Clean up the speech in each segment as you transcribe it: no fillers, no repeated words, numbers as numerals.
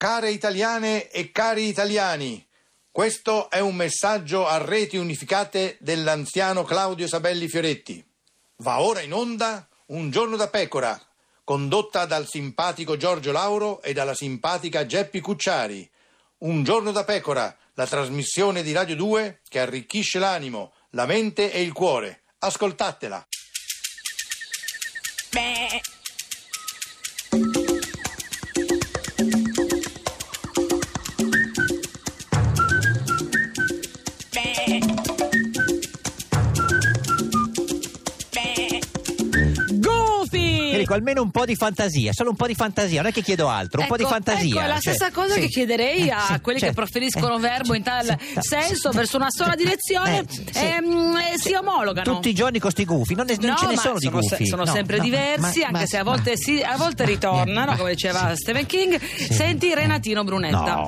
Care italiane e cari italiani, questo è un messaggio a reti unificate dell'anziano Claudio Sabelli Fioretti. Va ora in onda Un giorno da pecora, condotta dal simpatico Giorgio Lauro e dalla simpatica Geppi Cucciari. Un giorno da pecora, la trasmissione di Radio 2 che arricchisce l'animo, la mente e il cuore. Ascoltatela. Beh. Almeno un po' di fantasia, solo un po' di fantasia, non è che chiedo altro, un po' di fantasia. Ecco, è la stessa cosa che chiederei a quelli che proferiscono verbo in tal senso verso una sola direzione si omologano. Tutti i giorni con sti gufi, non ce ne sono di gufi. Sono sempre diversi, anche se a volte ritornano, come diceva Stephen King. Senti Renatino Brunetta.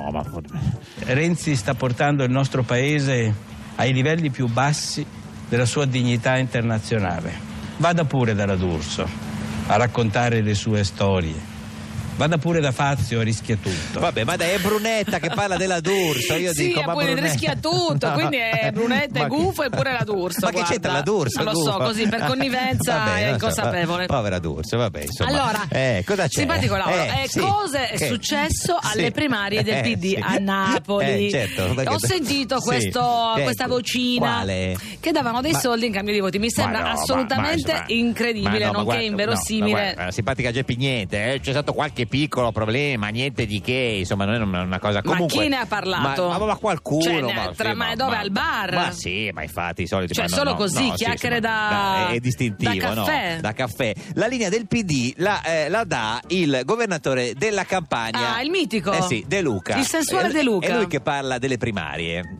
Renzi sta portando il nostro paese ai livelli più bassi della sua dignità internazionale. Vada pure dalla D'Urso a raccontare le sue storie. Vada pure da Fazio, rischia tutto. Vabbè, ma dai, è Brunetta che parla della D'Urso. Io dico, ma poi rischia tutto, quindi è Brunetta, è gufo e pure la D'Urso. Ma che c'entra la D'Urso? Non lo so, così per connivenza è inconsapevole. Povera D'Urso, vabbè, insomma. Allora, cosa c'è? Simpatico Lauro, cosa è successo alle primarie del PD a Napoli? Certo, ho sentito questa vocina. Quale? Che davano dei soldi in cambio di voti. Mi sembra assolutamente incredibile, nonché inverosimile. La simpatica Geppi, niente, c'è stato qualche piccolo problema, niente di che, insomma, non è una cosa comunque. Ma chi ne ha parlato? Ma qualcuno. Ma dove? Al bar? Ma sì, ma infatti i soliti. Cioè, solo così, chiacchiere è distintivo, da caffè. La linea del PD la dà il governatore della Campania. Il mitico. Sì, De Luca. Il sensuale De Luca. È lui che parla delle primarie.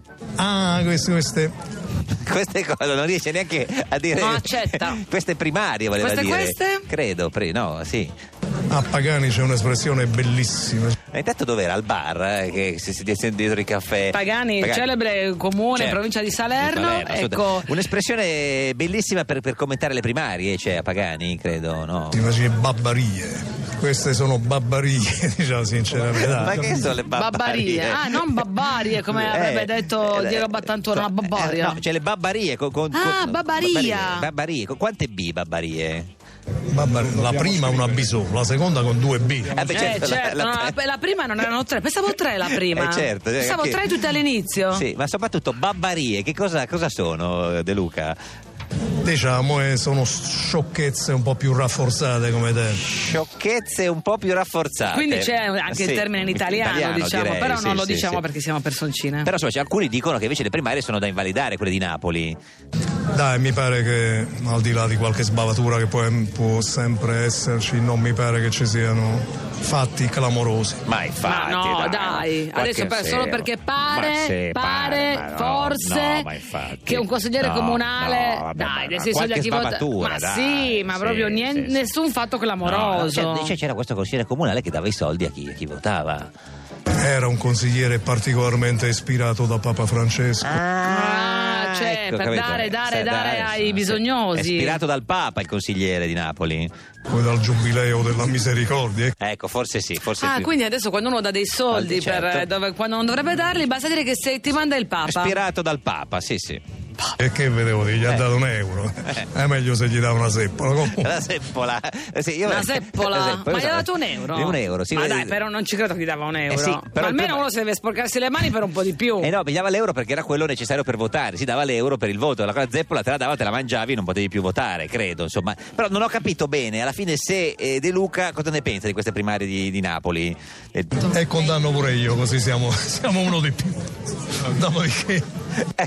Queste cose non riesce neanche a dire. Non accetta. Queste primarie voleva dire. Queste? Credo, sì. A Pagani c'è un'espressione bellissima. Intanto dov'era? Al bar che si siede dietro i caffè. Pagani, celebre comune, provincia di Salerno. Ecco. Un'espressione bellissima per commentare le primarie, a Pagani, credo, no? Babbarie. Queste sono babbarie, diciamo sinceramente. Ma che sono le babbarie? Non babbarie, come avrebbe detto Diego Battantoro, una babbaria. No, c'è le babbarie babbaria. Babbarie, con quante B babbarie? La prima una B solo, la seconda con 2 B. La prima non erano 3, pensavo 3 la prima. Pensavo 3 tutte all'inizio. Sì, ma soprattutto babbarie, che cosa sono, De Luca? Diciamo sono sciocchezze un po' più rafforzate come te. Sciocchezze un po' più rafforzate. Quindi c'è anche il termine in italiano diciamo, direi, però non lo diciamo perché siamo personcine. Però alcuni dicono che invece le primarie sono da invalidare, quelle di Napoli. Dai, mi pare che al di là di qualche sbavatura che può sempre esserci, non mi pare che ci siano fatti clamorosi. Ma infatti, dai. Adesso solo perché pare forse che un consigliere comunale dai, nel senso qualche sbavatura, ma proprio nessun fatto clamoroso. C'era questo consigliere comunale che dava i soldi a chi votava. Era un consigliere particolarmente ispirato da Papa Francesco. Per dare ai bisognosi. È ispirato dal Papa il consigliere di Napoli. Poi dal Giubileo della Misericordia. Ecco, forse sì. Quindi adesso quando uno dà dei soldi quando non dovrebbe darli, basta dire che ti manda il Papa. Ispirato dal Papa, sì. E che vedevo dire, gli ha dato €1. È meglio se gli dà una seppola. La seppola. Una seppola? Ma gli ha dato €1? €1, sì. Ma dai, però non ci credo che gli dava €1. Sì, però almeno uno si deve sporcarsi le mani per un po' di più. No, mi dava l'euro perché era quello necessario per votare. Si dava l'euro per il voto. La zeppola te la dava, te la mangiavi, non potevi più votare, credo, insomma. Però non ho capito bene, alla fine, se De Luca cosa ne pensa di queste primarie di Napoli? E condanno pure io, così siamo uno di più. Dopodiché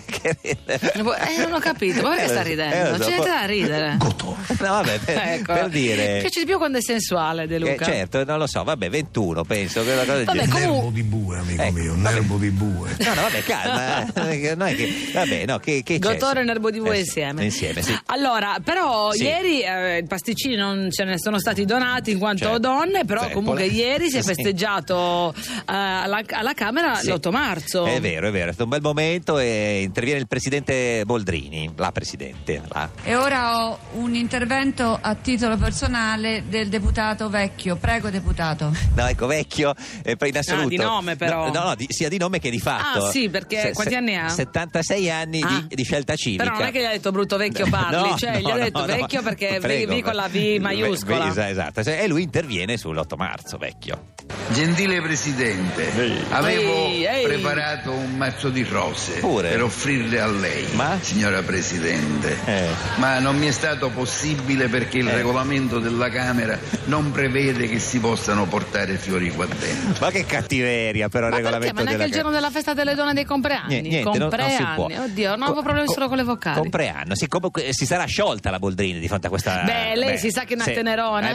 non ho capito, ma perché sta ridendo? Non c'è niente da ridere. No, vabbè, per dire. Piace di più quando è sensuale, De Luca. Certo, non lo so, 21 penso che cosa nervo di bue, amico mio, nervo di bue. No, vabbè, calma. Non è che che Dottore nervo di bue insieme, sì. Allora, però ieri i pasticcini non ce ne sono stati donati in quanto donne, però comunque ieri si è festeggiato alla Camera l'8 marzo. È vero, è stato un bel momento e interviene il presidente Presidente Boldrini, la Presidente. E ora ho un intervento a titolo personale del deputato Vecchio. Prego, deputato. No, ecco, Vecchio, in assoluto. Di nome però. No, sia di nome che di fatto. Ah sì, perché quanti anni ha? 76 anni di scelta civica. Però non è che gli ha detto brutto vecchio parli, gli ha detto vecchio perché V con la V maiuscola. Esatto, e lui interviene sull'8 marzo, Vecchio. Gentile Presidente, avevo preparato un mazzo di rose per offrirle a lei, signora Presidente, ma non mi è stato possibile perché il regolamento della Camera non prevede che si possano portare fiori qua dentro. Ma che cattiveria però il regolamento della Camera. Ma neanche il giorno della festa delle donne dei compleanni? Niente, non si può. Oddio, non avevo problemi solo con le vocali. Compleanno, si sarà sciolta la Boldrini di fronte a questa... lei si sa che è una tenerona.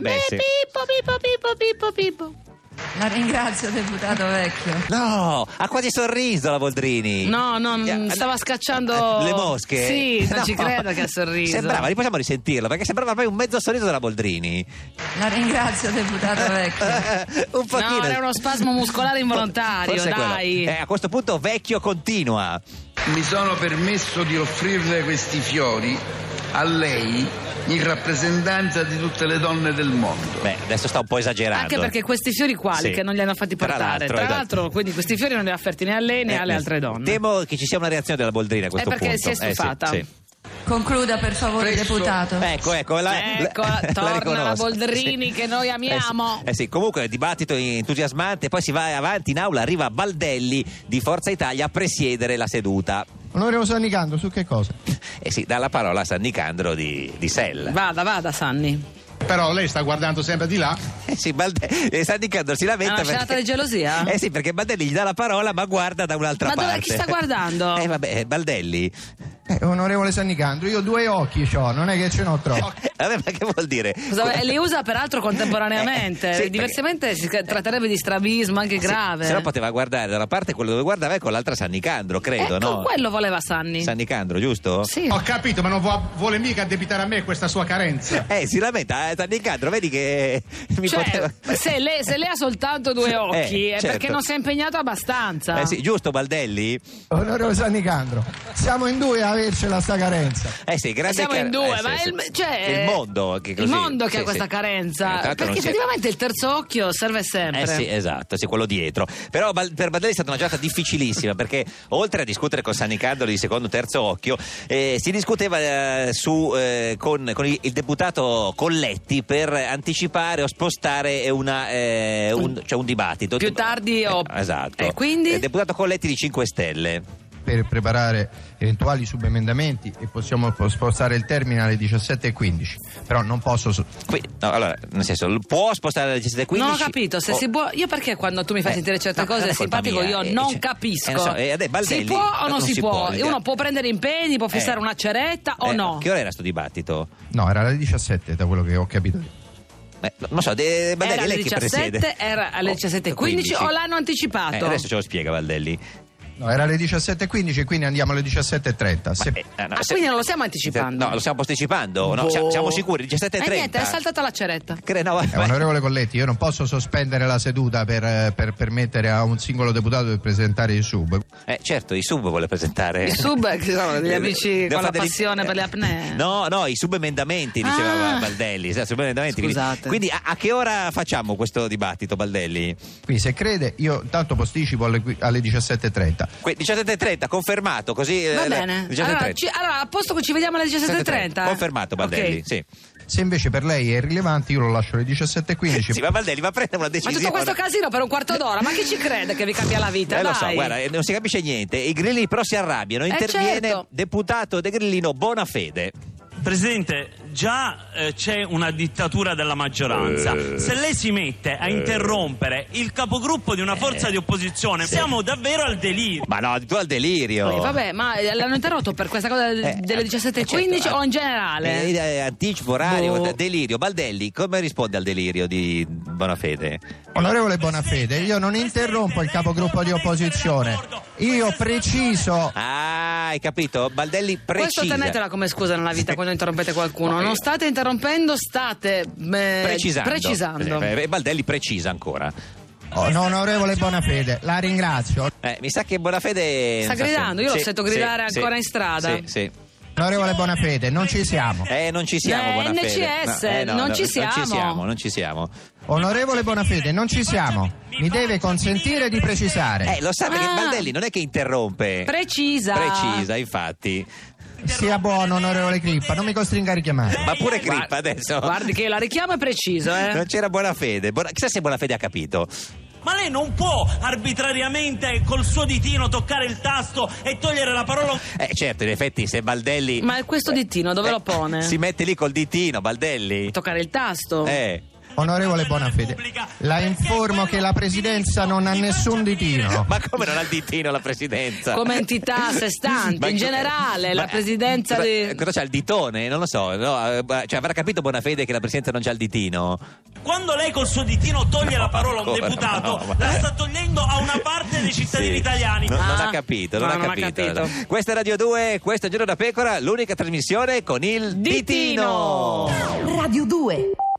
Pippo. La ringrazio, deputato Vecchio. No, ha quasi sorriso la Boldrini. No, stava scacciando le mosche. Sì, non ci credo che ha sorriso. Sembrava, possiamo risentirlo, perché sembrava poi un mezzo sorriso della Boldrini. La ringrazio, deputato Vecchio. Un pochino. No, era uno spasmo muscolare involontario, forse dai. A questo punto Vecchio continua. Mi sono permesso di offrirle questi fiori a lei in rappresentanza di tutte le donne del mondo. Adesso sta un po' esagerando. Anche perché questi fiori che non li hanno fatti portare. Tra l'altro, quindi questi fiori non li ha offerti né a lei né alle altre donne. Temo che ci sia una reazione della Boldrini a questo punto. È perché si è stufata. Sì. Concluda per favore, deputato. Ecco, torna la Boldrini che noi amiamo. Sì, comunque dibattito entusiasmante, poi si va avanti in aula, arriva Baldelli di Forza Italia a presiedere la seduta. Onorevole Sannicandro, su che cosa? Sì, dà la parola a Sannicandro di SEL. Vada Sanni. Però lei sta guardando sempre di là. Sì, Sannicandro si lamenta. È una scelta di gelosia? Sì, perché Baldelli gli dà la parola ma guarda da un'altra parte. Ma chi sta guardando? Baldelli. Onorevole Sannicandro, io 2 occhi c'ho, non è che ce n'ho troppi. Vabbè, ma che vuol dire? Li usa peraltro contemporaneamente. Diversamente si tratterebbe di strabismo anche grave. Se no poteva guardare da una parte quello dove guardava e con l'altra Sannicandro, credo, no? Quello voleva Sannicandro, giusto? Sì. Ho capito, ma non vuole mica addebitare a me questa sua carenza. Si lamenta Sannicandro, vedi che se lei ha soltanto 2 occhi è perché non si è impegnato abbastanza. Sì, giusto Baldelli? Onorevole Sannicandro, siamo in 2 a avercela sta carenza. Sì, grande siamo in 2, ma il mondo che così. Il mondo che ha questa carenza, perché effettivamente il terzo occhio serve sempre. Sì, esatto, quello dietro. Però per Baldelli è stata una giornata difficilissima perché oltre a discutere con Sannicandro di secondo terzo occhio, si discuteva con il deputato Colletti per anticipare o spostare un dibattito più tardi esatto. E quindi? Il deputato Colletti di 5 Stelle. Per preparare eventuali subemendamenti e possiamo spostare il termine alle 17:15, però non posso allora, nel senso, può spostare alle 17:15? Non ho capito se si può. Io perché quando tu mi fai sentire certe cose è simpatico io non capisco. Si può o non si può? Uno può prendere impegni, può fissare una ceretta o no? Che ora era sto dibattito? No, era alle 17 da quello che ho capito. Non so, Baldelli, era alle lei che presiede? Era alle 17:15 o l'hanno anticipato? Adesso ce lo spiega Baldelli. No, era alle 17:15 e quindi andiamo alle 17:30. Quindi non lo stiamo anticipando? No, lo stiamo posticipando. No, siamo sicuri? 17:30? Niente, è saltata la ceretta. Onorevole Colletti, io non posso sospendere la seduta per permettere a un singolo deputato di presentare i sub. Certo, i sub vuole presentare. I sub che sono degli amici con la passione per le apnee. No, i subemendamenti, diceva Baldelli. Subemendamenti. Scusate. Quindi a che ora facciamo questo dibattito, Baldelli? Quindi se crede, io tanto posticipo alle 17:30. 17:30 confermato, così va bene. Allora a posto che ci vediamo alle 17:30. Confermato Baldelli, sì. Se invece per lei è irrilevante, io lo lascio alle 17:15. Sì, ma Baldelli va a prendere una decisione. Ma tutto questo casino per un quarto d'ora, ma chi ci crede che vi cambia la vita? Dai. Lo so, guarda, non si capisce niente. I grillini però si arrabbiano. Interviene deputato De Grillino Bonafede. Presidente, già c'è una dittatura della maggioranza. Se lei si mette a interrompere il capogruppo di una forza di opposizione, siamo davvero al delirio. Ma no, tu al delirio. Vabbè, ma l'hanno interrotto per questa cosa delle 17:15 o in generale? Anticipo orario, delirio. Baldelli, come risponde al delirio di Bonafede? Onorevole Bonafede, io non interrompo il capogruppo di opposizione. Io preciso. Hai capito? Baldelli precisa. Questo tenetela come scusa nella vita quando interrompete qualcuno. Non state interrompendo, state precisando. E Baldelli precisa ancora. Onorevole Bonafede, la ringrazio. Mi sa che Bonafede sta gridando, io lo sento gridare ancora in strada. Sì. Onorevole Bonafede, non ci siamo. Non ci siamo, Bonafede. NCS, non ci siamo. Onorevole Bonafede, non ci siamo. Mi deve consentire di precisare. Lo sa perché Baldelli non è che interrompe. Precisa, infatti. Sia buono, onorevole Crippa, non mi costringa a richiamare. Ma pure Crippa adesso. Guardi che la richiamo è preciso, Non c'era Bonafede. Chissà se Bonafede ha capito. Ma lei non può arbitrariamente col suo ditino toccare il tasto e togliere la parola. Certo, in effetti se Baldelli. Ma questo ditino dove lo pone? Si mette lì col ditino, Baldelli. Toccare il tasto? Onorevole Bonafede, la informo che la presidenza non ha nessun ditino. Ma come non ha il ditino la presidenza? Come entità a sé stante, in generale, la presidenza cosa c'ha il ditone? Non lo so, no? Cioè avrà capito Bonafede che la presidenza non c'ha il ditino? Quando lei col suo ditino toglie la parola a un deputato, la sta togliendo a una parte dei cittadini italiani. Non ha capito, non ha capito. Questa è Radio 2, questo è Giorno da Pecora, l'unica trasmissione con il ditino. Radio 2.